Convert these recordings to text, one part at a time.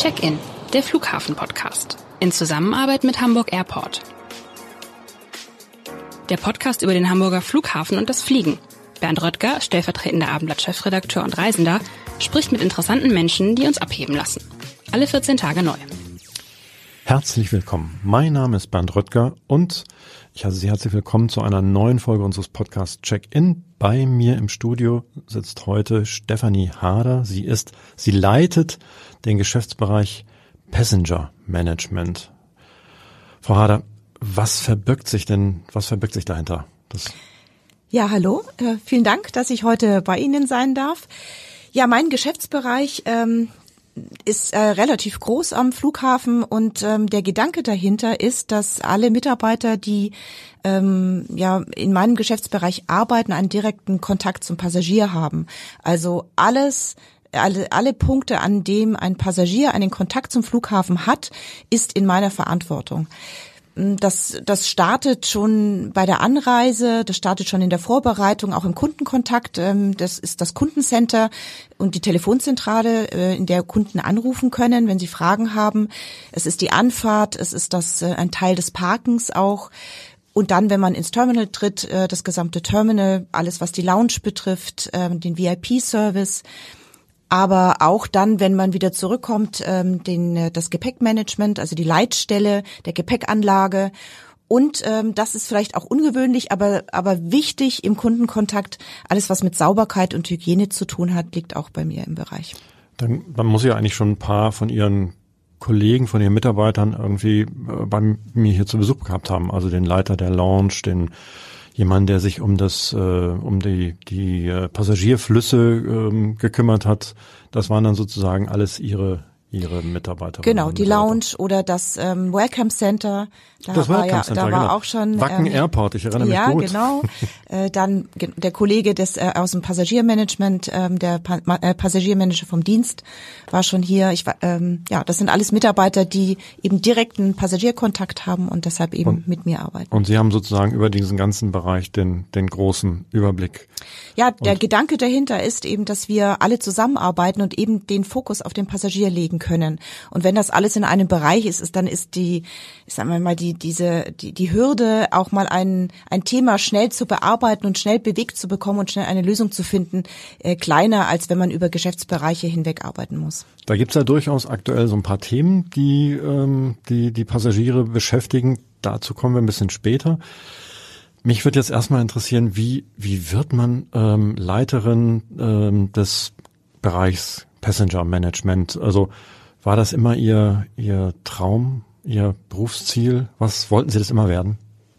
Check-in, der Flughafen-Podcast. In Zusammenarbeit mit Hamburg Airport. Der Podcast über den Hamburger Flughafen und das Fliegen. Bernd Röttger, stellvertretender Abendblatt-Chefredakteur und Reisender, spricht mit interessanten Menschen, die uns abheben lassen. Alle 14 Tage neu. Herzlich willkommen. Mein Name ist Bernd Röttger und ich heiße Sie herzlich willkommen zu einer neuen Folge unseres Podcasts Check-in. Bei mir im Studio sitzt heute Stefanie Harder. Sie leitet den Geschäftsbereich Passenger Management. Frau Harder, was verbirgt sich dahinter? Ja, hallo. Vielen Dank, dass ich heute bei Ihnen sein darf. Ja, mein Geschäftsbereich ist relativ groß am Flughafen und der Gedanke dahinter ist, dass alle Mitarbeiter, die in meinem Geschäftsbereich arbeiten, einen direkten Kontakt zum Passagier haben. Also alle Punkte, an dem ein Passagier einen Kontakt zum Flughafen hat, ist in meiner Verantwortung. Das startet schon bei der Anreise, das startet schon in der Vorbereitung, auch im Kundenkontakt. Das ist das Kundencenter und die Telefonzentrale, in der Kunden anrufen können, wenn sie Fragen haben. Es ist die Anfahrt, es ist ein Teil des Parkens auch. Und dann, wenn man ins Terminal tritt, das gesamte Terminal, alles was die Lounge betrifft, den VIP-Service. Aber auch dann, wenn man wieder zurückkommt, das Gepäckmanagement, also die Leitstelle der Gepäckanlage. Und das ist vielleicht auch ungewöhnlich, aber wichtig im Kundenkontakt. Alles, was mit Sauberkeit und Hygiene zu tun hat, liegt auch bei mir im Bereich. Dann muss ja eigentlich schon ein paar von Ihren Kollegen, von Ihren Mitarbeitern irgendwie bei mir hier zu Besuch gehabt haben. Also den Leiter der Lounge, jemand, der sich um die Passagierflüsse gekümmert hat. Das waren dann sozusagen alles Ihre Mitarbeiter. Genau, die Lounge oder das Welcome Center. Das Welcome Center, war genau. auch schon Wacken Airport, ich erinnere mich gut. Ja, genau. Dann der Kollege aus dem Passagiermanagement, der Passagiermanager vom Dienst war schon hier. Das sind alles Mitarbeiter, die eben direkten Passagierkontakt haben und deshalb eben mit mir arbeiten. Und Sie haben sozusagen über diesen ganzen Bereich den großen Überblick. Ja, der Gedanke dahinter ist eben, dass wir alle zusammenarbeiten und eben den Fokus auf den Passagier legen können. Und wenn das alles in einem Bereich ist, dann ist die Hürde, auch mal ein Thema schnell zu bearbeiten und schnell bewegt zu bekommen und schnell eine Lösung zu finden, kleiner, als wenn man über Geschäftsbereiche hinweg arbeiten muss. Da gibt's ja durchaus aktuell so ein paar Themen, die Passagiere beschäftigen. Dazu kommen wir ein bisschen später. Mich würde jetzt erstmal interessieren, wie wird man Leiterin des Bereichs Passenger Management? Also war das immer Ihr Traum, Ihr Berufsziel? Was wollten Sie das immer werden?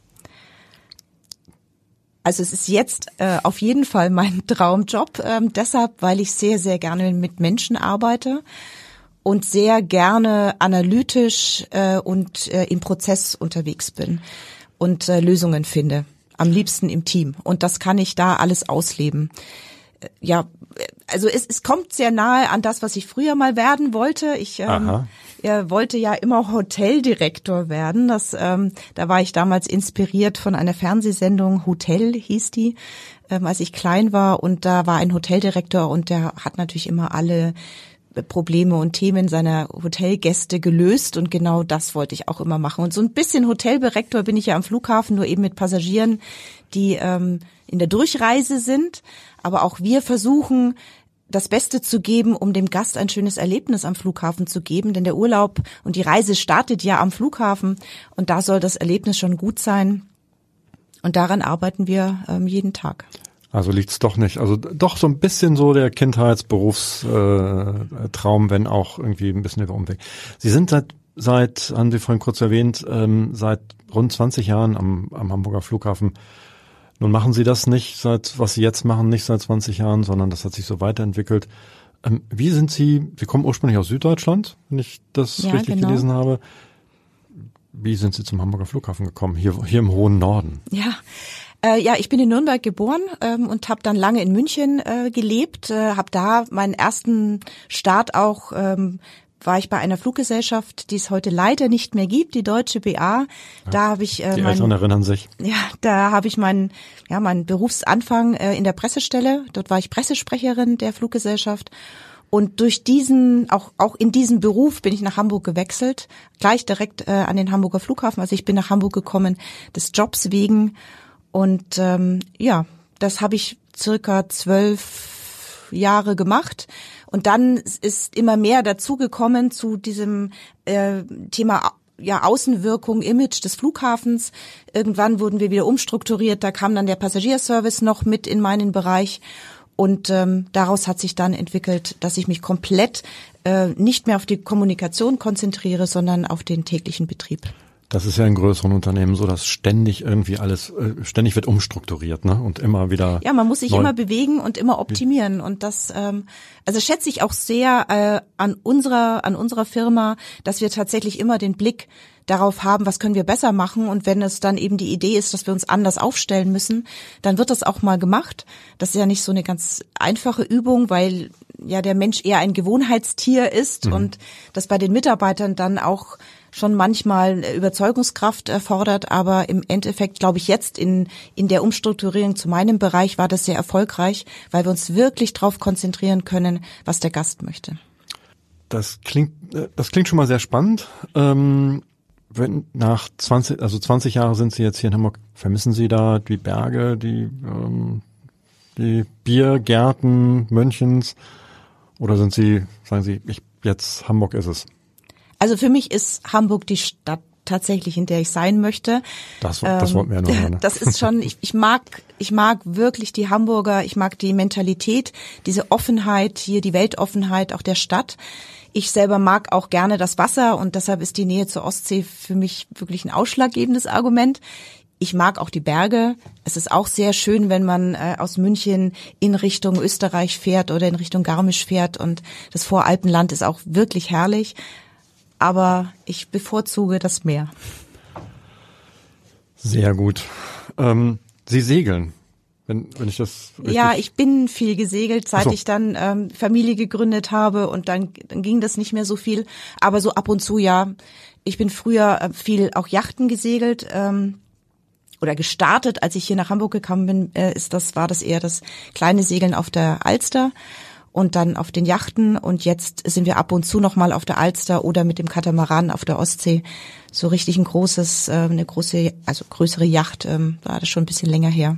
Also es ist jetzt auf jeden Fall mein Traumjob, deshalb, weil ich sehr, sehr gerne mit Menschen arbeite und sehr gerne analytisch und im Prozess unterwegs bin und Lösungen finde. Am liebsten im Team. Und das kann ich da alles ausleben. Ja, also es kommt sehr nahe an das, was ich früher mal werden wollte. Ich wollte ja immer Hoteldirektor werden. Da war ich damals inspiriert von einer Fernsehsendung, Hotel hieß die, als ich klein war. Und da war ein Hoteldirektor und der hat natürlich immer alle Probleme und Themen seiner Hotelgäste gelöst und genau das wollte ich auch immer machen. Und so ein bisschen Hoteldirektor bin ich ja am Flughafen, nur eben mit Passagieren, die in der Durchreise sind. Aber auch wir versuchen, das Beste zu geben, um dem Gast ein schönes Erlebnis am Flughafen zu geben. Denn der Urlaub und die Reise startet ja am Flughafen und da soll das Erlebnis schon gut sein. Und daran arbeiten wir jeden Tag. Also liegt's doch nicht. Also doch so ein bisschen so der Kindheitsberufstraum, wenn auch irgendwie ein bisschen über Umweg. Sie sind seit, haben Sie vorhin kurz erwähnt, seit rund 20 Jahren am Hamburger Flughafen. Nun machen Sie das nicht was Sie jetzt machen, nicht seit 20 Jahren, sondern das hat sich so weiterentwickelt. Wie sind Sie kommen ursprünglich aus Süddeutschland, wenn ich das richtig gelesen habe. Wie sind Sie zum Hamburger Flughafen gekommen, hier im hohen Norden? Ja, ich bin in Nürnberg geboren und habe dann lange in München gelebt, habe da meinen ersten Start auch war ich bei einer Fluggesellschaft, die es heute leider nicht mehr gibt, die Deutsche BA. Da habe ich die Eltern erinnern sich. Ja, da habe ich meinen Berufsanfang in der Pressestelle. Dort war ich Pressesprecherin der Fluggesellschaft Und durch auch in diesem Beruf bin ich nach Hamburg gewechselt, gleich direkt an den Hamburger Flughafen. Also ich bin nach Hamburg gekommen des Jobs wegen. Und das habe ich circa 12 Jahre gemacht. Und dann ist immer mehr dazugekommen zu diesem Thema Außenwirkung, Image des Flughafens. Irgendwann wurden wir wieder umstrukturiert. Da kam dann der Passagierservice noch mit in meinen Bereich. Und daraus hat sich dann entwickelt, dass ich mich komplett nicht mehr auf die Kommunikation konzentriere, sondern auf den täglichen Betrieb. Das ist ja in größeren Unternehmen so, dass ständig irgendwie ständig wird umstrukturiert, ne? Und immer wieder. Ja, man muss sich immer bewegen und immer optimieren. Und das, schätze ich auch sehr an unserer Firma, dass wir tatsächlich immer den Blick darauf haben, was können wir besser machen. Und wenn es dann eben die Idee ist, dass wir uns anders aufstellen müssen, dann wird das auch mal gemacht. Das ist ja nicht so eine ganz einfache Übung, weil ja der Mensch eher ein Gewohnheitstier ist und das bei den Mitarbeitern dann auch schon manchmal Überzeugungskraft erfordert, aber im Endeffekt, glaube ich, jetzt in der Umstrukturierung zu meinem Bereich war das sehr erfolgreich, weil wir uns wirklich darauf konzentrieren können, was der Gast möchte. Das klingt schon mal sehr spannend. Wenn nach 20 Jahre sind Sie jetzt hier in Hamburg, vermissen Sie da die Berge, die Biergärten Münchens, oder sagen Sie, jetzt Hamburg ist es? Also für mich ist Hamburg die Stadt tatsächlich, in der ich sein möchte. Das wollten wir ja noch. Ne? Das ist schon, ich mag wirklich die Hamburger, ich mag die Mentalität, diese Offenheit hier, die Weltoffenheit auch der Stadt. Ich selber mag auch gerne das Wasser und deshalb ist die Nähe zur Ostsee für mich wirklich ein ausschlaggebendes Argument. Ich mag auch die Berge. Es ist auch sehr schön, wenn man aus München in Richtung Österreich fährt oder in Richtung Garmisch fährt, und das Voralpenland ist auch wirklich herrlich. Aber ich bevorzuge das Meer. Sehr gut. Sie segeln, wenn ich das richtig... Ja, ich bin viel gesegelt, seit ich dann Familie gegründet habe, und dann ging das nicht mehr so viel. Aber so ab und zu, ja. Ich bin früher viel auch Yachten gesegelt oder gestartet. Als ich hier nach Hamburg gekommen bin, war das eher das kleine Segeln auf der Alster und dann auf den Yachten, und jetzt sind wir ab und zu noch mal auf der Alster oder mit dem Katamaran auf der Ostsee. So richtig eine größere Yacht, war das schon ein bisschen länger her.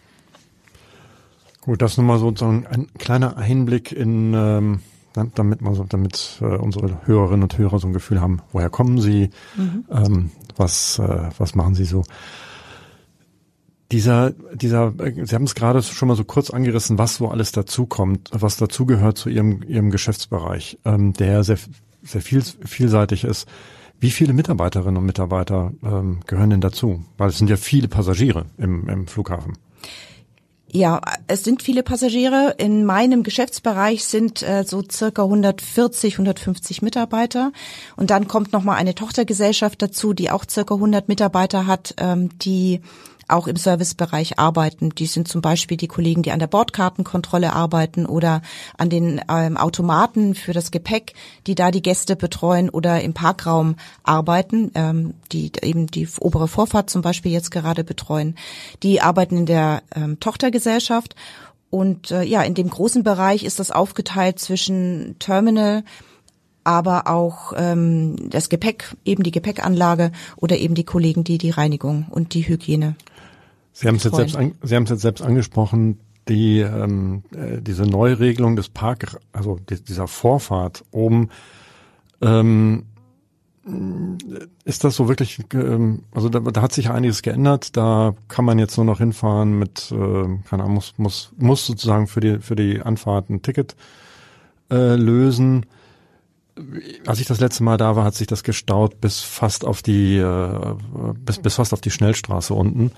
Gut, das nochmal sozusagen ein kleiner Einblick in, damit unsere Hörerinnen und Hörer so ein Gefühl haben, woher kommen Sie, was machen Sie so. Sie haben es gerade schon mal so kurz angerissen, was so alles dazukommt, was dazugehört zu Ihrem Geschäftsbereich, der sehr, sehr vielseitig ist. Wie viele Mitarbeiterinnen und Mitarbeiter gehören denn dazu? Weil es sind ja viele Passagiere im Flughafen. Ja, es sind viele Passagiere. In meinem Geschäftsbereich sind so circa 150 Mitarbeiter. Und dann kommt noch mal eine Tochtergesellschaft dazu, die auch circa 100 Mitarbeiter hat, die auch im Servicebereich arbeiten. Die sind zum Beispiel die Kollegen, die an der Bordkartenkontrolle arbeiten oder an den Automaten für das Gepäck, die da die Gäste betreuen oder im Parkraum arbeiten, die eben die obere Vorfahrt zum Beispiel jetzt gerade betreuen. Die arbeiten in der Tochtergesellschaft, und in dem großen Bereich ist das aufgeteilt zwischen Terminal, aber auch das Gepäck, eben die Gepäckanlage, oder eben die Kollegen, die Reinigung und die Hygiene. Sie haben es jetzt selbst angesprochen, diese Neuregelung des dieser Vorfahrt oben. Ist das so wirklich? Da hat sich einiges geändert. Da kann man jetzt nur noch hinfahren mit, keine Ahnung, muss sozusagen für die Anfahrt ein Ticket lösen. Als ich das letzte Mal da war, hat sich das gestaut bis fast auf die Schnellstraße unten.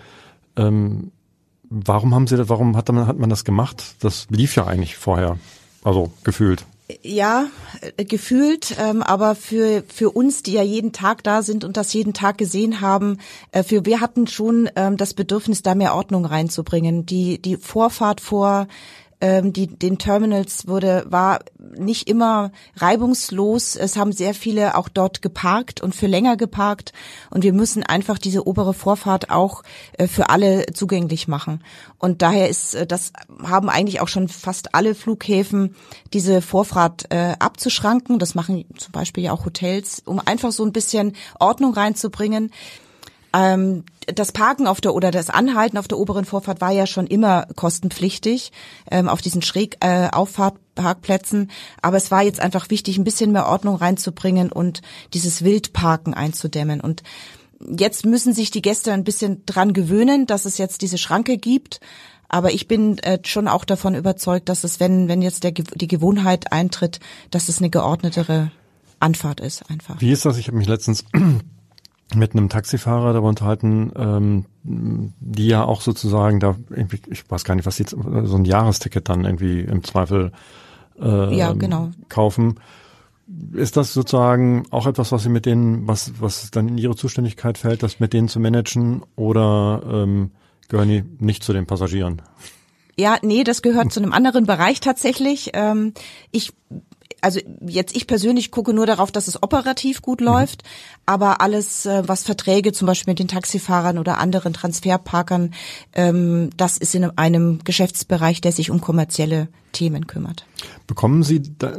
Warum hat man das gemacht? Das lief ja eigentlich vorher, also gefühlt. Ja, gefühlt, aber für uns, die ja jeden Tag da sind und das jeden Tag gesehen haben, wir hatten schon das Bedürfnis, da mehr Ordnung reinzubringen. Die Vorfahrt vor den Terminals war nicht immer reibungslos. Es haben sehr viele auch dort geparkt und für länger geparkt. Und wir müssen einfach diese obere Vorfahrt auch für alle zugänglich machen. Und daher haben eigentlich auch schon fast alle Flughäfen, diese Vorfahrt abzuschranken. Das machen zum Beispiel ja auch Hotels, um einfach so ein bisschen Ordnung reinzubringen. Das Parken oder das Anhalten auf der oberen Vorfahrt war ja schon immer kostenpflichtig auf diesen Schrägauffahrtparkplätzen. Aber es war jetzt einfach wichtig, ein bisschen mehr Ordnung reinzubringen und dieses Wildparken einzudämmen. Und jetzt müssen sich die Gäste ein bisschen dran gewöhnen, dass es jetzt diese Schranke gibt. Aber ich bin schon auch davon überzeugt, dass es, wenn jetzt die Gewohnheit eintritt, dass es eine geordnetere Anfahrt ist einfach. Wie ist das? Ich habe mich letztens mit einem Taxifahrer darüber unterhalten, die ja auch sozusagen da irgendwie, ich weiß gar nicht, was jetzt so ein Jahresticket dann irgendwie im Zweifel genau. kaufen. Ist das sozusagen auch etwas, was Sie mit denen, was dann in Ihre Zuständigkeit fällt, das mit denen zu managen, oder gehören die nicht zu den Passagieren? Ja, nee, das gehört zu einem anderen Bereich tatsächlich. Ich persönlich gucke nur darauf, dass es operativ gut läuft, aber alles, was Verträge zum Beispiel mit den Taxifahrern oder anderen Transferparkern, das ist in einem Geschäftsbereich, der sich um kommerzielle Themen kümmert. Bekommen Sie,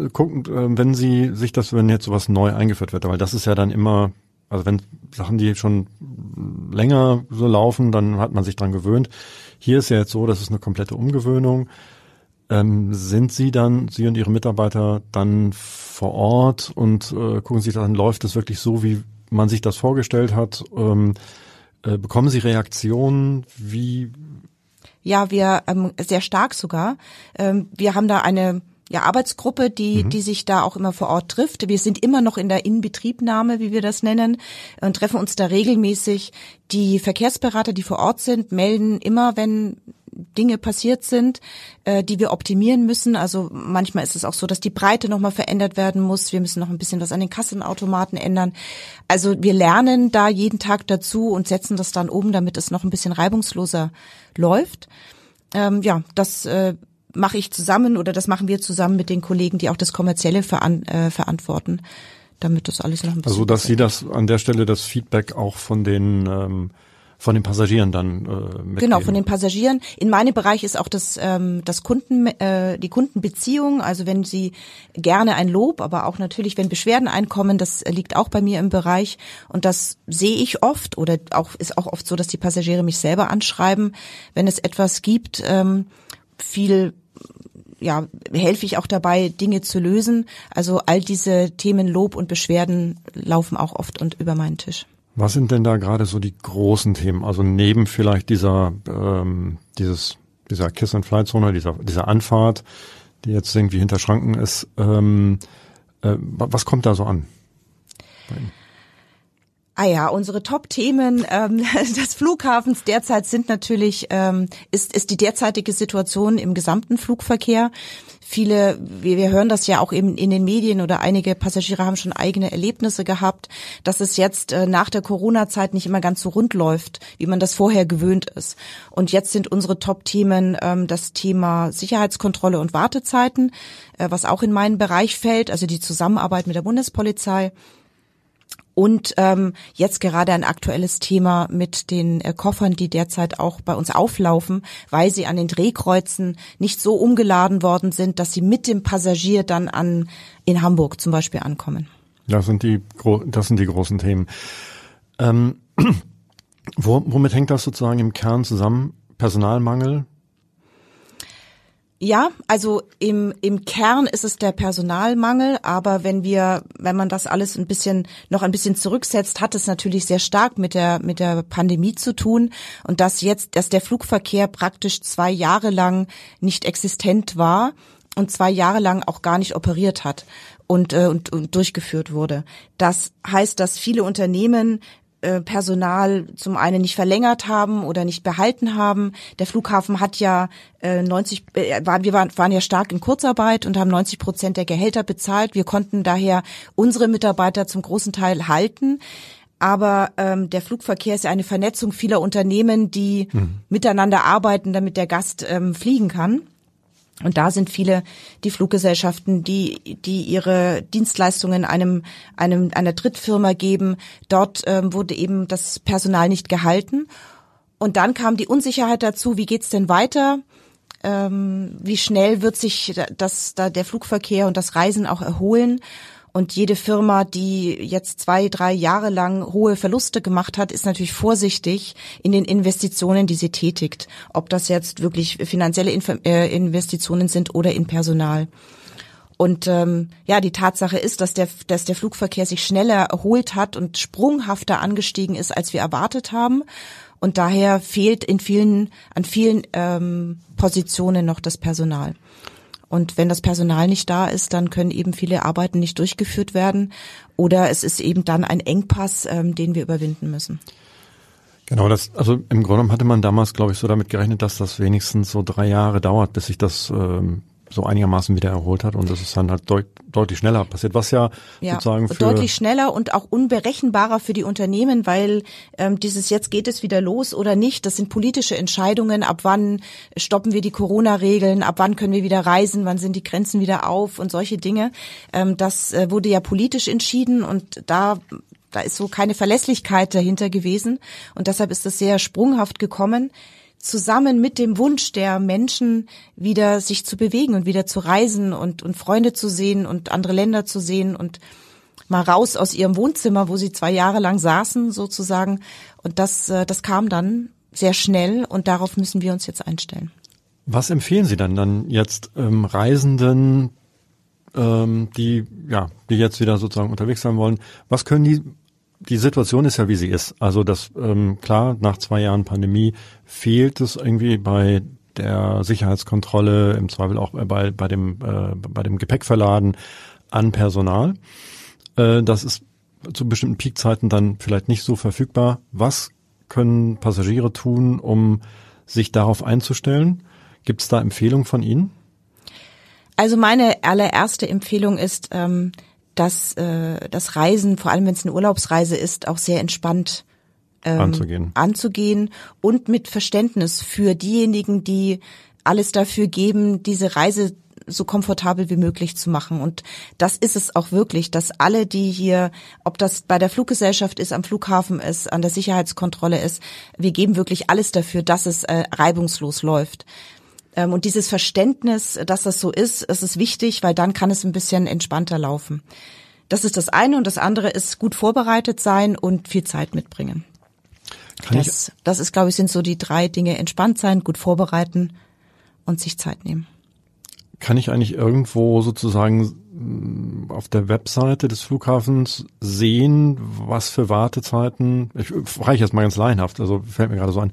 wenn jetzt sowas neu eingeführt wird, weil das ist ja dann immer, also wenn Sachen, die schon länger so laufen, dann hat man sich dran gewöhnt. Hier ist ja jetzt so, das ist eine komplette Umgewöhnung. Sind Sie und Ihre Mitarbeiter dann vor Ort und gucken sich dann, läuft es wirklich so, wie man sich das vorgestellt hat? Bekommen Sie Reaktionen? Wie? Ja, wir sehr stark sogar. Wir haben da eine Arbeitsgruppe, die sich da auch immer vor Ort trifft. Wir sind immer noch in der Inbetriebnahme, wie wir das nennen, und treffen uns da regelmäßig. Die Verkehrsberater, die vor Ort sind, melden immer, wenn Dinge passiert sind, die wir optimieren müssen. Also manchmal ist es auch so, dass die Breite nochmal verändert werden muss. Wir müssen noch ein bisschen was an den Kassenautomaten ändern. Also wir lernen da jeden Tag dazu und setzen das dann um, damit es noch ein bisschen reibungsloser läuft. Das mache ich zusammen, oder das machen wir zusammen mit den Kollegen, die auch das Kommerzielle verantworten, damit das alles noch ein bisschen... Also dass Sie das an der Stelle das Feedback auch von den Passagieren dann mitgeben. Genau, von den Passagieren. In meinem Bereich ist auch die Kundenbeziehung. Also wenn Sie gerne ein Lob, aber auch natürlich, wenn Beschwerden einkommen, das liegt auch bei mir im Bereich. Und das sehe ich oft, oder ist auch oft so, dass die Passagiere mich selber anschreiben, wenn es etwas gibt. Helfe ich auch dabei, Dinge zu lösen. Also all diese Themen Lob und Beschwerden laufen auch oft und über meinen Tisch. Was sind denn da gerade so die großen Themen? Also neben vielleicht dieser Kiss-and-Fly-Zone, dieser Anfahrt, die jetzt irgendwie hinter Schranken ist, was kommt da so an? Unsere Top-Themen des Flughafens derzeit sind natürlich, ist die derzeitige Situation im gesamten Flugverkehr. Wir hören das ja auch eben in den Medien, oder einige Passagiere haben schon eigene Erlebnisse gehabt, dass es jetzt nach der Corona-Zeit nicht immer ganz so rund läuft, wie man das vorher gewöhnt ist. Und jetzt sind unsere Top-Themen das Thema Sicherheitskontrolle und Wartezeiten, was auch in meinen Bereich fällt, also die Zusammenarbeit mit der Bundespolizei. Und jetzt gerade ein aktuelles Thema mit den Koffern, die derzeit auch bei uns auflaufen, weil sie an den Drehkreuzen nicht so umgeladen worden sind, dass sie mit dem Passagier dann in Hamburg zum Beispiel ankommen. Das sind die großen Themen. Womit hängt das sozusagen im Kern zusammen? Personalmangel? Ja, also im Kern ist es der Personalmangel, aber wenn man das alles noch ein bisschen zurücksetzt, hat es natürlich sehr stark mit der Pandemie zu tun, und dass der Flugverkehr praktisch 2 Jahre lang nicht existent war und 2 Jahre lang auch gar nicht operiert hat und durchgeführt wurde. Das heißt, dass viele Unternehmen Personal zum einen nicht verlängert haben oder nicht behalten haben. Der Flughafen hat ja wir waren ja stark in Kurzarbeit und haben 90% der Gehälter bezahlt. Wir konnten daher unsere Mitarbeiter zum großen Teil halten. Aber der Flugverkehr ist ja eine Vernetzung vieler Unternehmen, die miteinander arbeiten, damit der Gast fliegen kann. Und da sind viele die Fluggesellschaften, die ihre Dienstleistungen einer Drittfirma geben. Dort wurde eben das Personal nicht gehalten. Und dann kam die Unsicherheit dazu, wie geht's denn weiter? Wie schnell wird sich der Flugverkehr und das Reisen auch erholen? Und jede Firma, die jetzt 2-3 Jahre lang hohe Verluste gemacht hat, ist natürlich vorsichtig in den Investitionen, die sie tätigt. Ob das jetzt wirklich finanzielle Investitionen sind oder in Personal. Und die Tatsache ist, dass der Flugverkehr sich schneller erholt hat und sprunghafter angestiegen ist, als wir erwartet haben. Und daher fehlt an vielen Positionen noch das Personal. Und wenn das Personal nicht da ist, dann können eben viele Arbeiten nicht durchgeführt werden. Oder es ist eben dann ein Engpass, den wir überwinden müssen. Genau, also im Grunde genommen hatte man damals, glaube ich, so damit gerechnet, dass das wenigstens so 3 Jahre dauert, bis sich das so einigermaßen wieder erholt hat. Und das ist dann halt deutlich schneller passiert, was ja sozusagen für... deutlich schneller und auch unberechenbarer für die Unternehmen, weil dieses jetzt geht es wieder los oder nicht, das sind politische Entscheidungen. Ab wann stoppen wir die Corona-Regeln, ab wann können wir wieder reisen, wann sind die Grenzen wieder auf und solche Dinge. Das wurde ja politisch entschieden und da ist so keine Verlässlichkeit dahinter gewesen. Und deshalb ist das sehr sprunghaft gekommen. Zusammen mit dem Wunsch der Menschen, wieder sich zu bewegen und wieder zu reisen und Freunde zu sehen und andere Länder zu sehen und mal raus aus ihrem Wohnzimmer, wo sie 2 Jahre lang saßen sozusagen. Und das kam dann sehr schnell und darauf müssen wir uns jetzt einstellen. Was empfehlen Sie dann jetzt Reisenden, die jetzt wieder sozusagen unterwegs sein wollen? Was können die Situation ist ja, wie sie ist. Also das klar, nach 2 Jahren Pandemie fehlt es irgendwie bei der Sicherheitskontrolle, im Zweifel auch bei dem Gepäckverladen an Personal. Das ist zu bestimmten Peakzeiten dann vielleicht nicht so verfügbar. Was können Passagiere tun, um sich darauf einzustellen? Gibt es da Empfehlungen von Ihnen? Also meine allererste Empfehlung ist, dass das Reisen, vor allem wenn es eine Urlaubsreise ist, auch sehr entspannt anzugehen und mit Verständnis für diejenigen, die alles dafür geben, diese Reise so komfortabel wie möglich zu machen. Und das ist es auch wirklich, dass alle, die hier, ob das bei der Fluggesellschaft ist, am Flughafen ist, an der Sicherheitskontrolle ist, wir geben wirklich alles dafür, dass es reibungslos läuft. Und dieses Verständnis, dass das so ist, es ist wichtig, weil dann kann es ein bisschen entspannter laufen. Das ist das eine und das andere ist gut vorbereitet sein und viel Zeit mitbringen. Das ist, glaube ich, sind so die 3 Dinge: entspannt sein, gut vorbereiten und sich Zeit nehmen. Kann ich eigentlich irgendwo sozusagen auf der Webseite des Flughafens sehen, was für Wartezeiten, ich frage jetzt mal ganz laienhaft, also fällt mir gerade so an,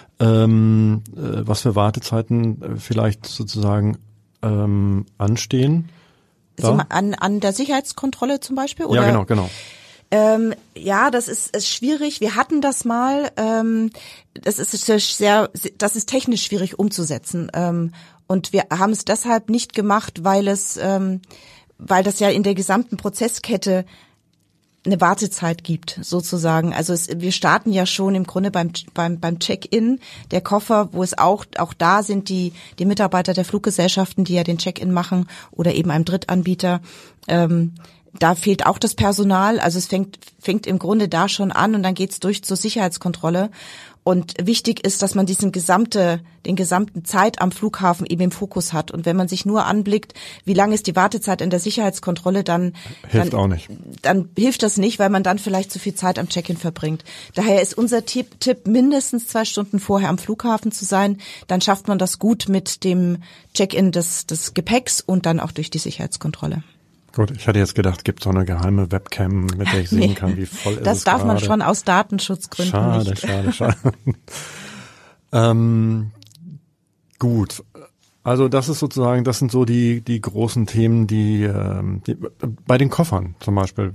was für Wartezeiten vielleicht sozusagen anstehen? An der Sicherheitskontrolle zum Beispiel? Oder? Ja, genau. Das ist schwierig. Wir hatten das mal. Das ist technisch schwierig umzusetzen. Und wir haben es deshalb nicht gemacht, weil das ja in der gesamten Prozesskette eine Wartezeit gibt, sozusagen. Also wir starten ja schon im Grunde beim Check-in, der Koffer, wo es auch da sind die Mitarbeiter der Fluggesellschaften, die ja den Check-in machen, oder eben einem Drittanbieter. Da fehlt auch das Personal. Also es fängt im Grunde da schon an und dann geht's durch zur Sicherheitskontrolle. Und wichtig ist, dass man den gesamten Zeit am Flughafen eben im Fokus hat. Und wenn man sich nur anblickt, wie lang ist die Wartezeit in der Sicherheitskontrolle, dann auch nicht. Dann hilft das nicht, weil man dann vielleicht zu viel Zeit am Check-in verbringt. Daher ist unser Tipp, mindestens 2 Stunden vorher am Flughafen zu sein. Dann schafft man das gut mit dem Check-in des Gepäcks und dann auch durch die Sicherheitskontrolle. Gut, ich hatte jetzt gedacht, gibt es so eine geheime Webcam, mit der ich sehen kann, wie voll ist es. Das darf man schon aus Datenschutzgründen nicht. Schade. Gut, also das sind so die großen Themen, die bei den Koffern zum Beispiel.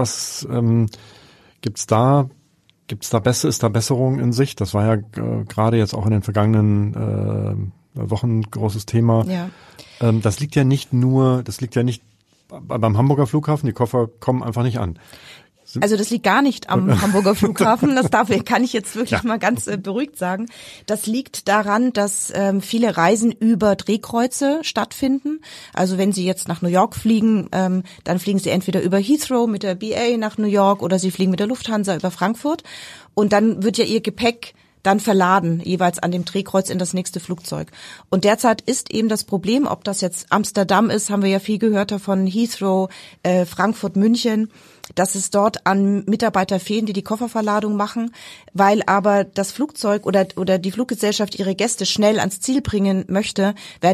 Ist da Besserung in Sicht? Das war ja gerade jetzt auch in den vergangenen Wochen ein großes Thema. Ja. Das liegt ja nicht beim Hamburger Flughafen, die Koffer kommen einfach nicht an. Also das liegt gar nicht am Hamburger Flughafen, kann ich jetzt wirklich mal ganz beruhigt sagen. Das liegt daran, dass viele Reisen über Drehkreuze stattfinden. Also wenn Sie jetzt nach New York fliegen, dann fliegen Sie entweder über Heathrow mit der BA nach New York oder Sie fliegen mit der Lufthansa über Frankfurt. Und dann wird ja Ihr Gepäck dann verladen, jeweils an dem Drehkreuz in das nächste Flugzeug. Und derzeit ist eben das Problem, ob das jetzt Amsterdam ist, haben wir ja viel gehört davon, Heathrow, Frankfurt, München, dass es dort an Mitarbeiter fehlen, die die Kofferverladung machen, weil aber das Flugzeug oder die Fluggesellschaft ihre Gäste schnell ans Ziel bringen möchte,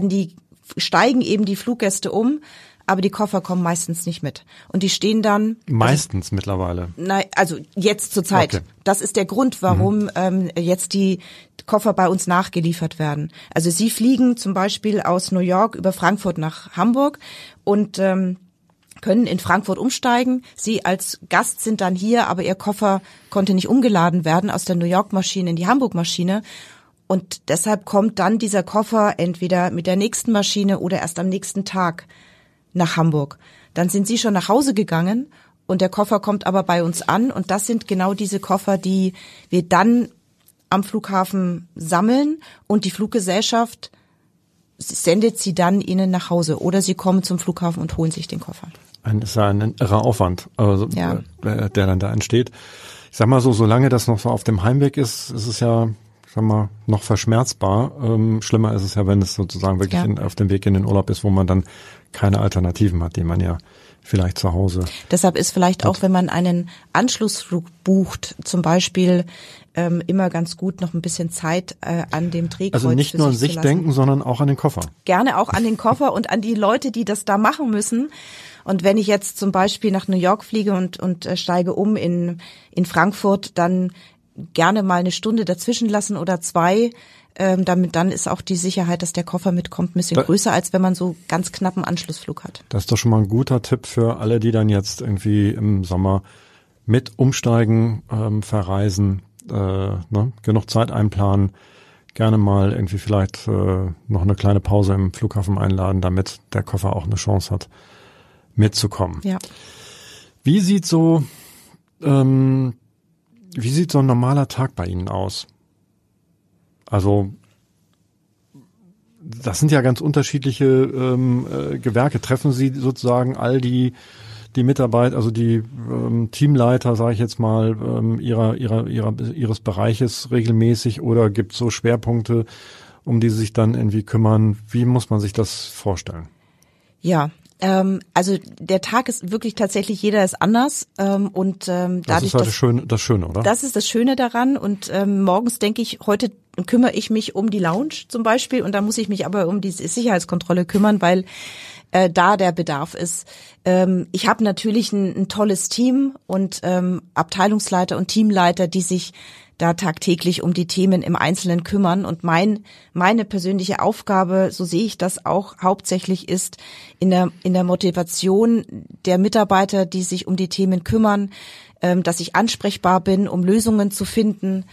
steigen eben die Fluggäste um, aber die Koffer kommen meistens nicht mit. Und die stehen dann... Meistens mittlerweile? Nein, also jetzt zur Zeit. Okay. Das ist der Grund, warum jetzt die Koffer bei uns nachgeliefert werden. Also Sie fliegen zum Beispiel aus New York über Frankfurt nach Hamburg und können in Frankfurt umsteigen. Sie als Gast sind dann hier, aber Ihr Koffer konnte nicht umgeladen werden aus der New York-Maschine in die Hamburg-Maschine. Und deshalb kommt dann dieser Koffer entweder mit der nächsten Maschine oder erst am nächsten Tag nach Hamburg. Dann sind Sie schon nach Hause gegangen und der Koffer kommt aber bei uns an und das sind genau diese Koffer, die wir dann am Flughafen sammeln und die Fluggesellschaft sendet sie dann Ihnen nach Hause oder Sie kommen zum Flughafen und holen sich den Koffer. Ist ja ein irrer Aufwand, also, der dann da entsteht. Ich sag mal so, solange das noch so auf dem Heimweg ist, ist es ja, sag mal, noch verschmerzbar. Schlimmer ist es ja, wenn es sozusagen wirklich auf dem Weg in den Urlaub ist, wo man dann keine Alternativen hat, die man ja vielleicht zu Hause. Deshalb ist vielleicht auch, wenn man einen Anschlussflug bucht, zum Beispiel immer ganz gut noch ein bisschen Zeit an dem Drehkreuz. Also nicht nur an sich denken, sondern auch an den Koffer. Gerne auch an den Koffer und an die Leute, die das da machen müssen. Und wenn ich jetzt zum Beispiel nach New York fliege und steige um in Frankfurt, dann gerne mal eine Stunde dazwischen lassen oder 2. Dann ist auch die Sicherheit, dass der Koffer mitkommt, ein bisschen größer, als wenn man so ganz knappen Anschlussflug hat. Das ist doch schon mal ein guter Tipp für alle, die dann jetzt irgendwie im Sommer mit umsteigen, verreisen, genug Zeit einplanen, gerne mal irgendwie vielleicht noch eine kleine Pause im Flughafen einladen, damit der Koffer auch eine Chance hat, mitzukommen. Ja. Wie sieht so ein normaler Tag bei Ihnen aus? Also das sind ja ganz unterschiedliche Gewerke. Treffen Sie sozusagen all die Mitarbeiter, also die Teamleiter, sage ich jetzt mal, ihres Bereiches regelmäßig oder gibt es so Schwerpunkte, um die Sie sich dann irgendwie kümmern? Wie muss man sich das vorstellen? Ja. Also der Tag ist wirklich tatsächlich, jeder ist anders und dadurch, das ist halt das Schöne, oder? Das ist das Schöne daran und morgens denke ich, heute kümmere ich mich um die Lounge zum Beispiel und da muss ich mich aber um die Sicherheitskontrolle kümmern, weil da der Bedarf ist. Ich habe natürlich ein tolles Team und Abteilungsleiter und Teamleiter, die sich da tagtäglich um die Themen im Einzelnen kümmern. Und meine persönliche Aufgabe, so sehe ich das auch, hauptsächlich ist in der Motivation der Mitarbeiter, die sich um die Themen kümmern, dass ich ansprechbar bin, um Lösungen zu finden,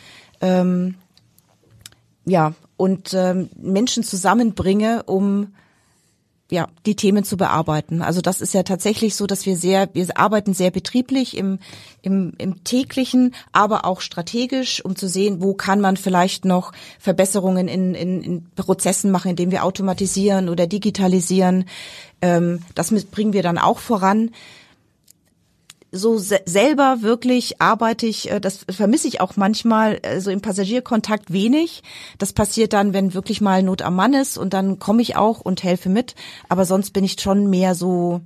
und Menschen zusammenbringe, um die Themen zu bearbeiten. Also das ist ja tatsächlich so, dass wir arbeiten sehr betrieblich im täglichen, aber auch strategisch, um zu sehen, wo kann man vielleicht noch Verbesserungen in Prozessen machen, indem wir automatisieren oder digitalisieren. Das bringen wir dann auch voran. So selber wirklich arbeite ich, das vermisse ich auch manchmal, so im Passagierkontakt wenig. Das passiert dann, wenn wirklich mal Not am Mann ist und dann komme ich auch und helfe mit. Aber sonst bin ich schon mehr so,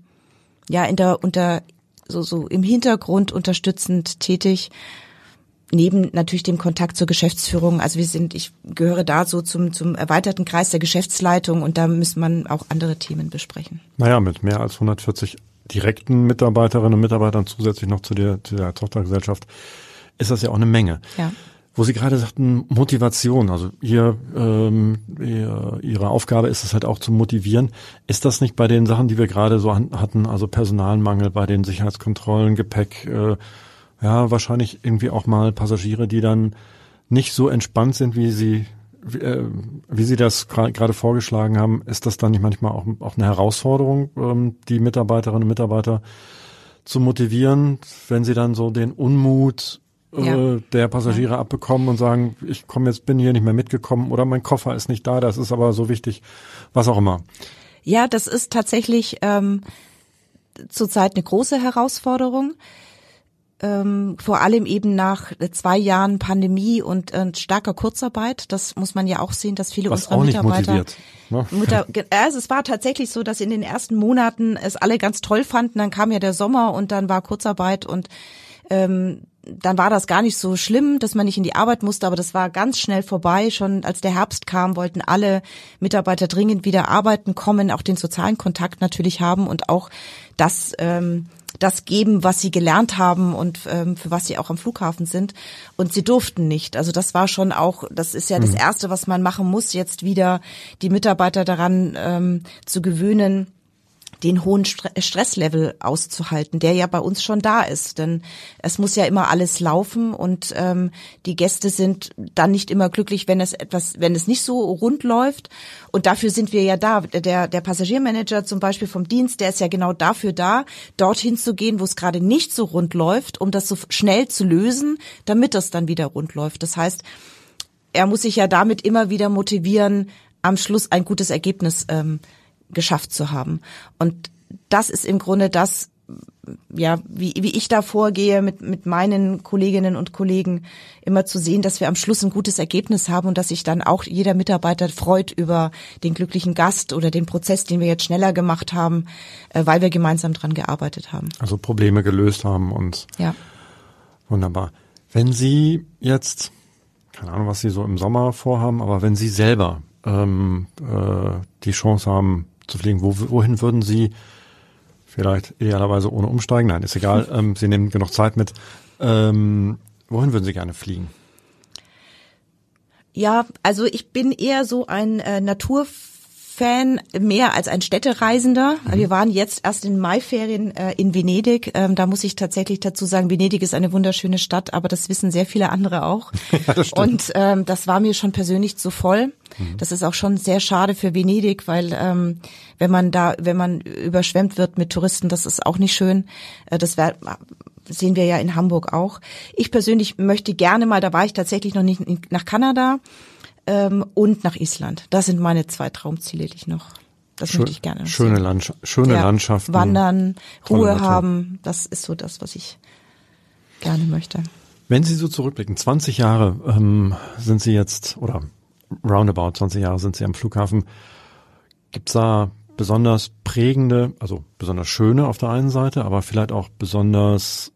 so im Hintergrund unterstützend tätig. Neben natürlich dem Kontakt zur Geschäftsführung. Also ich gehöre da so zum erweiterten Kreis der Geschäftsleitung und da muss man auch andere Themen besprechen. Naja, mit mehr als 140 direkten Mitarbeiterinnen und Mitarbeitern zusätzlich noch zu der Tochtergesellschaft ist das ja auch eine Menge. Ja. Wo Sie gerade sagten, Motivation, also Ihre Aufgabe ist es halt auch zu motivieren. Ist das nicht bei den Sachen, die wir gerade so hatten, also Personalmangel bei den Sicherheitskontrollen, Gepäck, wahrscheinlich irgendwie auch mal Passagiere, die dann nicht so entspannt sind, wie Sie das gerade vorgeschlagen haben, ist das dann nicht manchmal auch eine Herausforderung, die Mitarbeiterinnen und Mitarbeiter zu motivieren, wenn sie dann so den Unmut der Passagiere abbekommen und sagen, bin hier nicht mehr mitgekommen oder mein Koffer ist nicht da, das ist aber so wichtig, was auch immer. Ja, das ist tatsächlich zurzeit eine große Herausforderung. Vor allem eben nach 2 Jahren Pandemie und starker Kurzarbeit. Das muss man ja auch sehen, dass viele unserer Mitarbeiter... Also es war tatsächlich so, dass in den ersten Monaten es alle ganz toll fanden. Dann kam ja der Sommer und dann war Kurzarbeit und dann war das gar nicht so schlimm, dass man nicht in die Arbeit musste, aber das war ganz schnell vorbei. Schon als der Herbst kam, wollten alle Mitarbeiter dringend wieder arbeiten kommen, auch den sozialen Kontakt natürlich haben und auch das geben, was sie gelernt haben und für was sie auch am Flughafen sind. Und sie durften nicht. Also das war schon auch, das ist ja das Erste, was man machen muss, jetzt wieder die Mitarbeiter daran zu gewöhnen, den hohen Stresslevel auszuhalten, der ja bei uns schon da ist. Denn es muss ja immer alles laufen und die Gäste sind dann nicht immer glücklich, wenn es nicht so rund läuft. Und dafür sind wir ja da. Der Passagiermanager zum Beispiel vom Dienst, der ist ja genau dafür da, dorthin zu gehen, wo es gerade nicht so rund läuft, um das so schnell zu lösen, damit das dann wieder rund läuft. Das heißt, er muss sich ja damit immer wieder motivieren, am Schluss ein gutes Ergebnis geschafft zu haben. Und das ist im Grunde das, ja, wie ich da vorgehe mit meinen Kolleginnen und Kollegen, immer zu sehen, dass wir am Schluss ein gutes Ergebnis haben und dass sich dann auch jeder Mitarbeiter freut über den glücklichen Gast oder den Prozess, den wir jetzt schneller gemacht haben, weil wir gemeinsam dran gearbeitet haben. Also Probleme gelöst haben und ja. Wunderbar. Wenn Sie jetzt, keine Ahnung, was Sie so im Sommer vorhaben, aber wenn Sie selber die Chance haben zu fliegen, wohin würden Sie vielleicht idealerweise ohne umsteigen? Nein, ist egal. Sie nehmen genug Zeit mit. Wohin würden Sie gerne fliegen? Ja, also ich bin eher so ein Naturfan, mehr als ein Städtereisender. Wir waren jetzt erst in Maiferien in Venedig. Da muss ich tatsächlich dazu sagen, Venedig ist eine wunderschöne Stadt, aber das wissen sehr viele andere auch. Ja, das stimmt. Und das war mir schon persönlich zu voll. Das ist auch schon sehr schade für Venedig, weil wenn man überschwemmt wird mit Touristen, das ist auch nicht schön. Das sehen wir ja in Hamburg auch. Ich persönlich möchte gerne mal, da war ich tatsächlich noch nicht, nach Kanada und nach Island. Das sind meine 2 Traumziele, die ich noch. Das möchte ich gerne. Schöne Landschaften. Wandern, Ruhe haben. Das ist so das, was ich gerne möchte. Wenn Sie so zurückblicken, 20 Jahre sind Sie jetzt, oder roundabout 20 Jahre sind Sie am Flughafen. Gibt's da besonders prägende, also besonders schöne auf der einen Seite, aber vielleicht auch besonders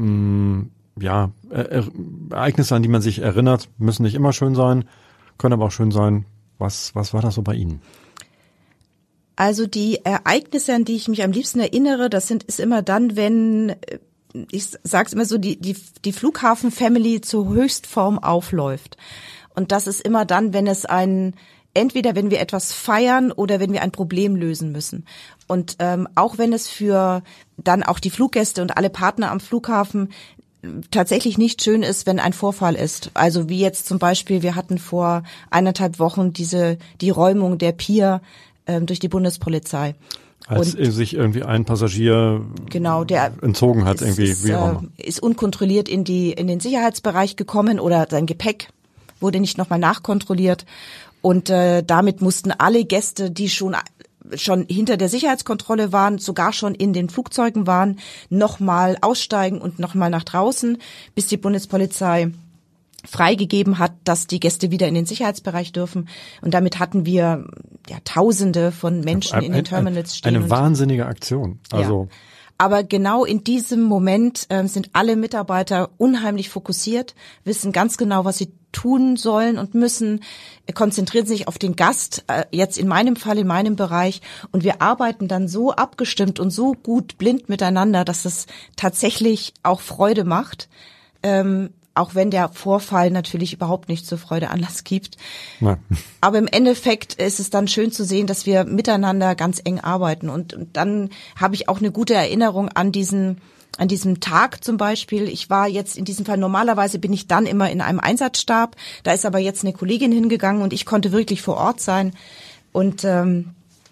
Ereignisse, an die man sich erinnert, müssen nicht immer schön sein, können aber auch schön sein. Was war das so bei Ihnen? Also die Ereignisse, an die ich mich am liebsten erinnere, ist immer dann, wenn, ich sag's immer so, die Flughafen-Family zur Höchstform aufläuft. Und das ist immer dann, wenn entweder wenn wir etwas feiern oder wenn wir ein Problem lösen müssen. Und auch wenn es für dann auch die Fluggäste und alle Partner am Flughafen tatsächlich nicht schön ist, wenn ein Vorfall ist. Also wie jetzt zum Beispiel, wir hatten vor 1,5 Wochen die Räumung der Pier durch die Bundespolizei. Als sich irgendwie ein Passagier der entzogen hat, wie auch immer. Ist unkontrolliert in den Sicherheitsbereich gekommen oder sein Gepäck wurde nicht nochmal nachkontrolliert. Und damit mussten alle Gäste, die schon hinter der Sicherheitskontrolle waren, sogar schon in den Flugzeugen waren, nochmal aussteigen und nochmal nach draußen, bis die Bundespolizei freigegeben hat, dass die Gäste wieder in den Sicherheitsbereich dürfen. Und damit hatten wir Tausende von Menschen in den Terminals stehen. Eine wahnsinnige Aktion. Also ja. Aber genau in diesem Moment sind alle Mitarbeiter unheimlich fokussiert, wissen ganz genau, was sie tun sollen und müssen, konzentrieren sich auf den Gast, jetzt in meinem Fall, in meinem Bereich. Und wir arbeiten dann so abgestimmt und so gut blind miteinander, dass es tatsächlich auch Freude macht. Auch wenn der Vorfall natürlich überhaupt nicht zur Freude Anlass gibt. Ja. Aber im Endeffekt ist es dann schön zu sehen, dass wir miteinander ganz eng arbeiten. Und dann habe ich auch eine gute Erinnerung an diesem Tag zum Beispiel. Ich war jetzt in diesem Fall, normalerweise bin ich dann immer in einem Einsatzstab. Da ist aber jetzt eine Kollegin hingegangen und ich konnte wirklich vor Ort sein. Und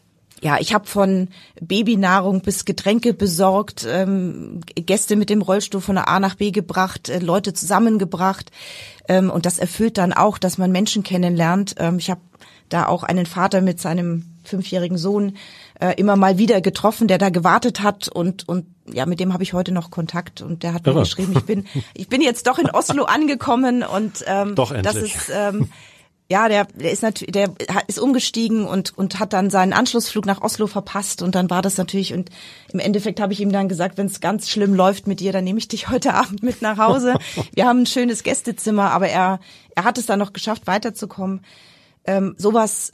Ja, ich habe von Babynahrung bis Getränke besorgt, Gäste mit dem Rollstuhl von A nach B gebracht, Leute zusammengebracht. Und das erfüllt dann auch, dass man Menschen kennenlernt. Ich habe da auch einen Vater mit seinem 5-jährigen Sohn immer mal wieder getroffen, der da gewartet hat und ja, mit dem habe ich heute noch Kontakt und der hat mir geschrieben, ich bin jetzt doch in Oslo angekommen und doch endlich. Das ist ja, der ist umgestiegen und hat dann seinen Anschlussflug nach Oslo verpasst und dann war das natürlich und im Endeffekt habe ich ihm dann gesagt, wenn es ganz schlimm läuft mit dir, dann nehme ich dich heute Abend mit nach Hause. Wir haben ein schönes Gästezimmer, aber er hat es dann noch geschafft, weiterzukommen. Sowas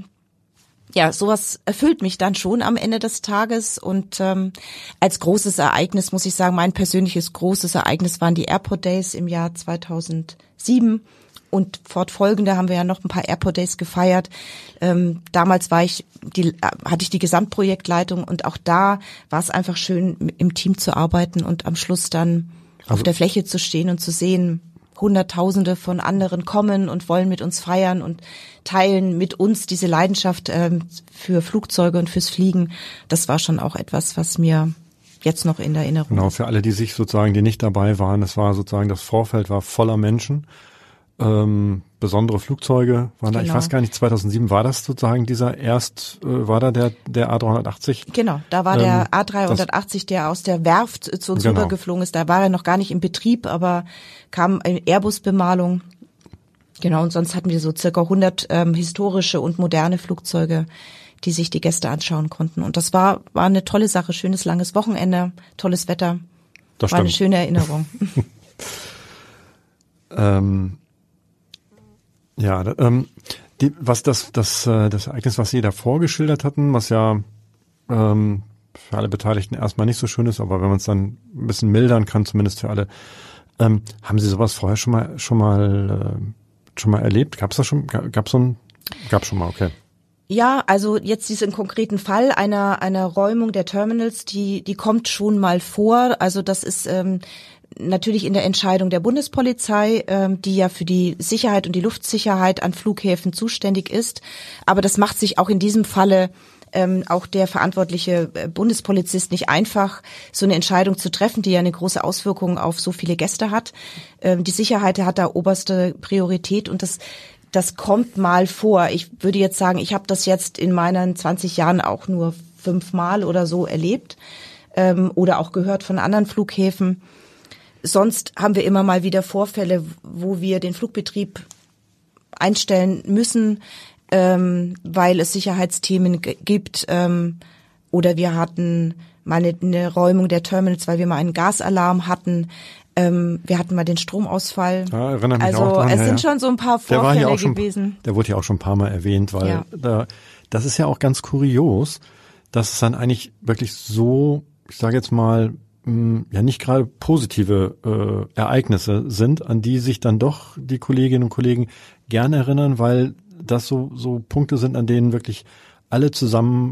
erfüllt mich dann schon am Ende des Tages und als großes Ereignis muss ich sagen, mein persönliches großes Ereignis waren die Airport Days im Jahr 2007 und fortfolgende haben wir ja noch ein paar Airport Days gefeiert. Damals hatte ich die Gesamtprojektleitung und auch da war es einfach schön, im Team zu arbeiten und am Schluss dann auf der Fläche zu stehen und zu sehen, Hunderttausende von anderen kommen und wollen mit uns feiern und teilen mit uns diese Leidenschaft für Flugzeuge und fürs Fliegen. Das war schon auch etwas, was mir jetzt noch in der Erinnerung ist. Genau, für alle, die nicht dabei waren, das Vorfeld war voller Menschen. Besondere Flugzeuge waren da, ich weiß gar nicht, 2007 war das sozusagen war da der A380? Genau, da war der A380, der aus der Werft zu uns rübergeflogen ist. Da war er noch gar nicht in Betrieb, aber kam eine Airbus-Bemalung. Genau, und sonst hatten wir so circa 100 historische und moderne Flugzeuge, die sich die Gäste anschauen konnten. Und das war eine tolle Sache, schönes langes Wochenende, tolles Wetter. Das war eine schöne Erinnerung. Ja, das Ereignis, was Sie davor geschildert hatten, was ja für alle Beteiligten erstmal nicht so schön ist, aber wenn man es dann ein bisschen mildern kann, zumindest für alle, haben Sie sowas vorher schon mal erlebt? Gab's schon mal, okay. Ja, also jetzt diesen konkreten Fall einer Räumung der Terminals, die kommt schon mal vor. Also das ist natürlich in der Entscheidung der Bundespolizei, die ja für die Sicherheit und die Luftsicherheit an Flughäfen zuständig ist. Aber das macht sich auch in diesem Falle auch der verantwortliche Bundespolizist nicht einfach, so eine Entscheidung zu treffen, die ja eine große Auswirkung auf so viele Gäste hat. Die Sicherheit hat da oberste Priorität und das kommt mal vor. Ich würde jetzt sagen, ich habe das jetzt in meinen 20 Jahren auch nur 5 Mal oder so erlebt oder auch gehört von anderen Flughäfen. Sonst haben wir immer mal wieder Vorfälle, wo wir den Flugbetrieb einstellen müssen, weil es Sicherheitsthemen gibt. Oder wir hatten mal eine Räumung der Terminals, weil wir mal einen Gasalarm hatten. Wir hatten mal den Stromausfall. Ja, erinnere mich auch dran. Es sind schon so ein paar Vorfälle gewesen. Der wurde ja auch schon ein paar Mal erwähnt, weil das ist ja auch ganz kurios, dass es dann eigentlich wirklich so, ich sage jetzt mal, ja nicht gerade positive Ereignisse sind, an die sich dann doch die Kolleginnen und Kollegen gerne erinnern, weil das so Punkte sind, an denen wirklich alle zusammen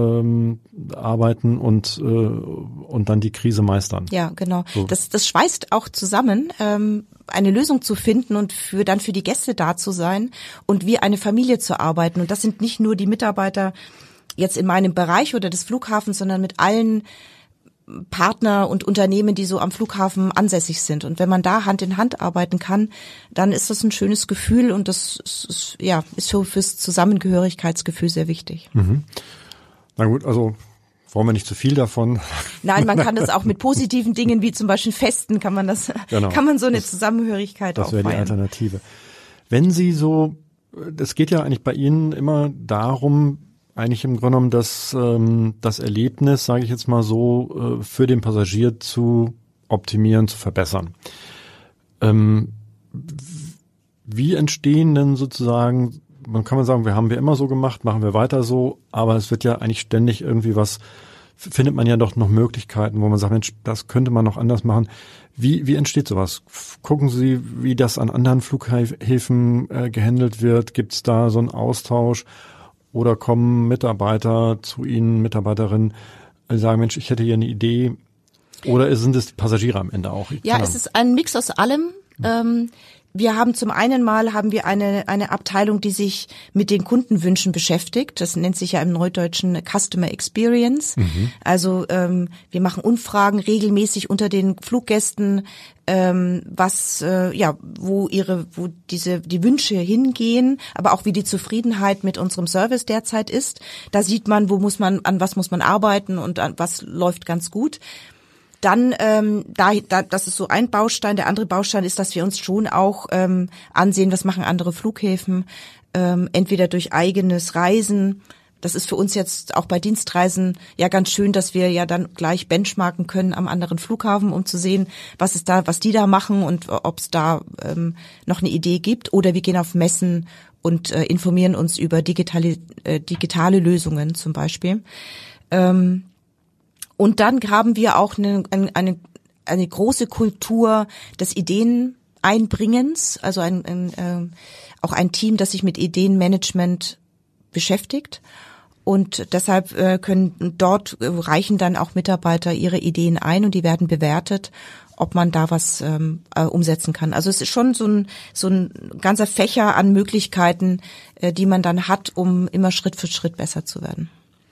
arbeiten und dann die Krise meistern. Ja, genau. So. Das schweißt auch zusammen, eine Lösung zu finden und für die Gäste da zu sein und wie eine Familie zu arbeiten. Und das sind nicht nur die Mitarbeiter jetzt in meinem Bereich oder des Flughafens, sondern mit allen Partner und Unternehmen, die so am Flughafen ansässig sind. Und wenn man da Hand in Hand arbeiten kann, dann ist das ein schönes Gefühl und das ist fürs Zusammengehörigkeitsgefühl sehr wichtig. Mhm. Na gut, also wollen wir nicht zu viel davon. Nein, man kann das auch mit positiven Dingen wie zum Beispiel Festen kann man so eine Zusammenhörigkeit auch feiern. Das wäre die Alternative. Wenn Sie es geht ja eigentlich bei Ihnen immer darum, eigentlich im Grunde genommen das Erlebnis, sage ich jetzt mal so, für den Passagier zu optimieren, zu verbessern. Wie entstehen denn sozusagen, kann man sagen, haben wir immer so gemacht, machen wir weiter so, aber es wird ja eigentlich ständig irgendwie findet man ja doch noch Möglichkeiten, wo man sagt, Mensch, das könnte man noch anders machen. Wie entsteht sowas? Gucken Sie, wie das an anderen Flughäfen gehandelt wird? Gibt es da so einen Austausch? Oder kommen Mitarbeiter zu Ihnen, Mitarbeiterinnen, sagen, Mensch, ich hätte hier eine Idee. Oder sind es die Passagiere am Ende auch? Ja, es ist ein Mix aus allem. Wir haben zum einen mal eine Abteilung, die sich mit den Kundenwünschen beschäftigt. Das nennt sich ja im Neudeutschen Customer Experience. Also wir machen Umfragen regelmäßig unter den Fluggästen, wo die Wünsche hingehen, aber auch wie die Zufriedenheit mit unserem Service derzeit ist. Da sieht man, an was muss man arbeiten und an was läuft ganz gut. Dann, das ist so ein Baustein. Der andere Baustein ist, dass wir uns schon auch ansehen, was machen andere Flughäfen, entweder durch eigenes Reisen. Das ist für uns jetzt auch bei Dienstreisen ja ganz schön, dass wir ja dann gleich benchmarken können am anderen Flughafen, um zu sehen, was die da machen und ob es da noch eine Idee gibt. Oder wir gehen auf Messen und informieren uns über digitale Lösungen zum Beispiel. Und dann haben wir auch eine große Kultur des Ideeneinbringens, also auch ein Team, das sich mit Ideenmanagement beschäftigt. Und deshalb reichen dann auch Mitarbeiter ihre Ideen ein und die werden bewertet, ob man da was umsetzen kann. Also es ist schon so ein ganzer Fächer an Möglichkeiten, die man dann hat, um immer Schritt für Schritt besser zu werden.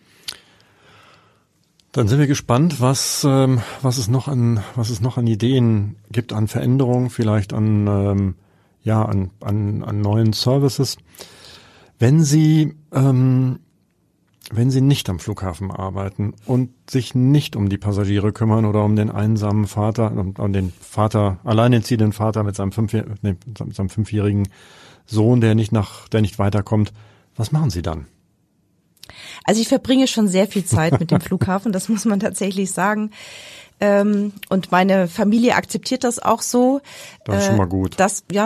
Dann sind wir gespannt, was es noch an Ideen gibt, an Veränderungen, vielleicht an neuen Services. Wenn Sie nicht am Flughafen arbeiten und sich nicht um die Passagiere kümmern oder um den einsamen Vater, um den alleinerziehenden Vater mit seinem 5-jährigen Sohn, der nicht weiterkommt, was machen Sie dann? Also ich verbringe schon sehr viel Zeit mit dem Flughafen, das muss man tatsächlich sagen. Und meine Familie akzeptiert das auch so. Das ist schon mal gut.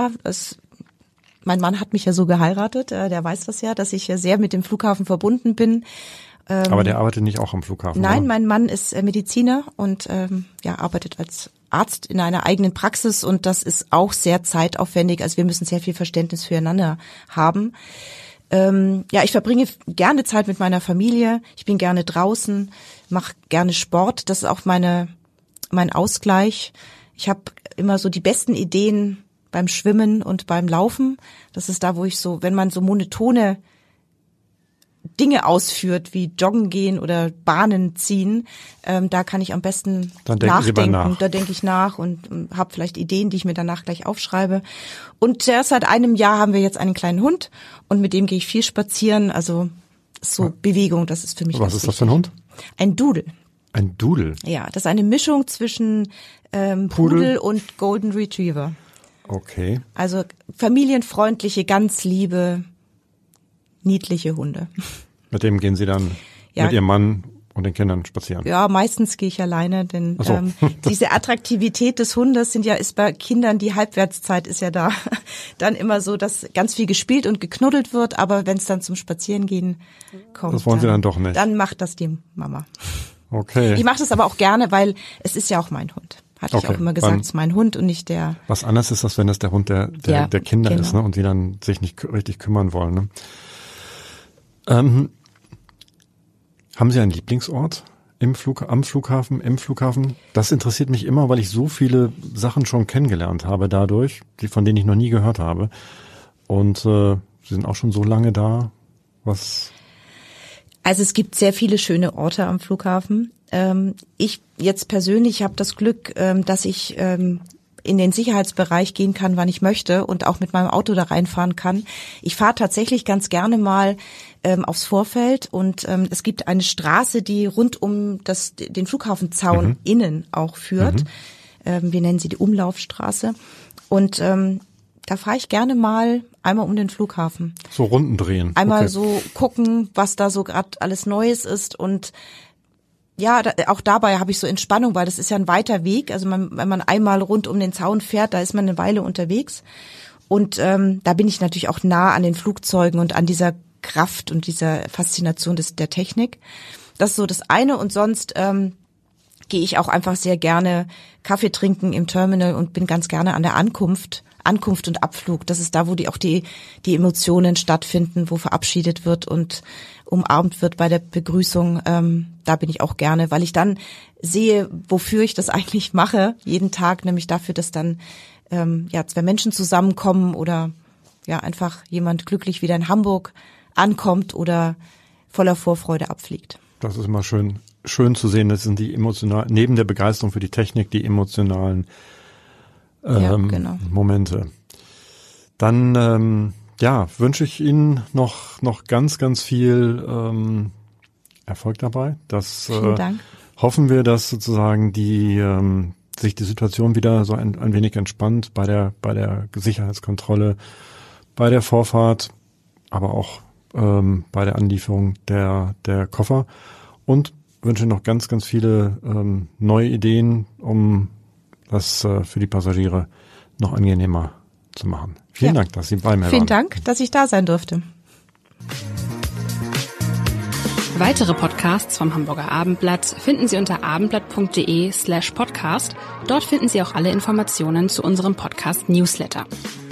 Mein Mann hat mich ja so geheiratet, der weiß das ja, dass ich ja sehr mit dem Flughafen verbunden bin. Aber der arbeitet nicht auch am Flughafen? Nein, oder? Mein Mann ist Mediziner und arbeitet als Arzt in einer eigenen Praxis und das ist auch sehr zeitaufwendig. Also wir müssen sehr viel Verständnis füreinander haben. Ich verbringe gerne Zeit mit meiner Familie. Ich bin gerne draußen, mache gerne Sport. Das ist auch mein Ausgleich. Ich habe immer so die besten Ideen beim Schwimmen und beim Laufen. Das ist da, wo ich wenn man so monotone Dinge ausführt, wie Joggen gehen oder Bahnen ziehen, da kann ich am besten nachdenken. Da denke ich nach und habe vielleicht Ideen, die ich mir danach gleich aufschreibe. Und erst seit einem Jahr haben wir jetzt einen kleinen Hund und mit dem gehe ich viel spazieren. Also Bewegung, das ist für mich Was ist das für ein Hund? Ein Doodle. Ein Doodle? Ja, das ist eine Mischung zwischen Pudel und Golden Retriever. Okay. Also familienfreundliche, ganz liebe, niedliche Hunde. Mit dem gehen Sie dann mit Ihrem Mann und den Kindern spazieren? Ja, meistens gehe ich alleine, denn diese Attraktivität des Hundes ist bei Kindern, die Halbwertszeit ist ja da, dann immer so, dass ganz viel gespielt und geknuddelt wird, aber wenn es dann zum Spazierengehen kommt, das wollen Sie dann doch nicht. Dann macht das die Mama. Okay. Ich mache das aber auch gerne, weil es ist ja auch mein Hund. Hatte ich auch immer gesagt, es ist mein Hund und nicht der. Was anderes ist das, wenn das der Hund der Kinder ist, ne? Und die dann sich nicht richtig kümmern wollen, ne? Haben Sie einen Lieblingsort am Flughafen, im Flughafen? Das interessiert mich immer, weil ich so viele Sachen schon kennengelernt habe dadurch, von denen ich noch nie gehört habe. Und Sie sind auch schon so lange da. Also es gibt sehr viele schöne Orte am Flughafen. Ich jetzt persönlich habe das Glück, dass ich in den Sicherheitsbereich gehen kann, wann ich möchte und auch mit meinem Auto da reinfahren kann. Ich fahre tatsächlich ganz gerne mal aufs Vorfeld und es gibt eine Straße, die rund um den Flughafenzaun innen auch führt. Wir nennen sie die Umlaufstraße und da fahre ich gerne mal einmal um den Flughafen. So Runden drehen. Einmal so gucken, was da so gerade alles Neues ist und ja, auch dabei habe ich so Entspannung, weil das ist ja ein weiter Weg. Also wenn man einmal rund um den Zaun fährt, da ist man eine Weile unterwegs. Und da bin ich natürlich auch nah an den Flugzeugen und an dieser Kraft und dieser Faszination der Technik. Das ist so das eine. Und sonst gehe ich auch einfach sehr gerne Kaffee trinken im Terminal und bin ganz gerne an der Ankunft und Abflug. Das ist da, wo die Emotionen stattfinden, wo verabschiedet wird und umarmt wird bei der Begrüßung. Da bin ich auch gerne, weil ich dann sehe, wofür ich das eigentlich mache, jeden Tag, nämlich dafür, dass dann zwei Menschen zusammenkommen oder ja einfach jemand glücklich wieder in Hamburg ankommt oder voller Vorfreude abfliegt. Das ist immer schön zu sehen. Das sind die emotionalen, neben der Begeisterung für die Technik, die emotionalen Momente. Dann wünsche ich Ihnen noch ganz, ganz viel Erfolg dabei. Vielen Dank. Hoffen wir, dass sozusagen sich die Situation wieder so ein wenig entspannt bei der Sicherheitskontrolle, bei der Vorfahrt, aber auch bei der Anlieferung der Koffer, und wünsche noch ganz, ganz viele neue Ideen, um das für die Passagiere noch angenehmer zu machen. Vielen Dank, dass Sie bei mir waren. Vielen Dank, dass ich da sein durfte. Weitere Podcasts vom Hamburger Abendblatt finden Sie unter abendblatt.de/podcast. Dort finden Sie auch alle Informationen zu unserem Podcast-Newsletter.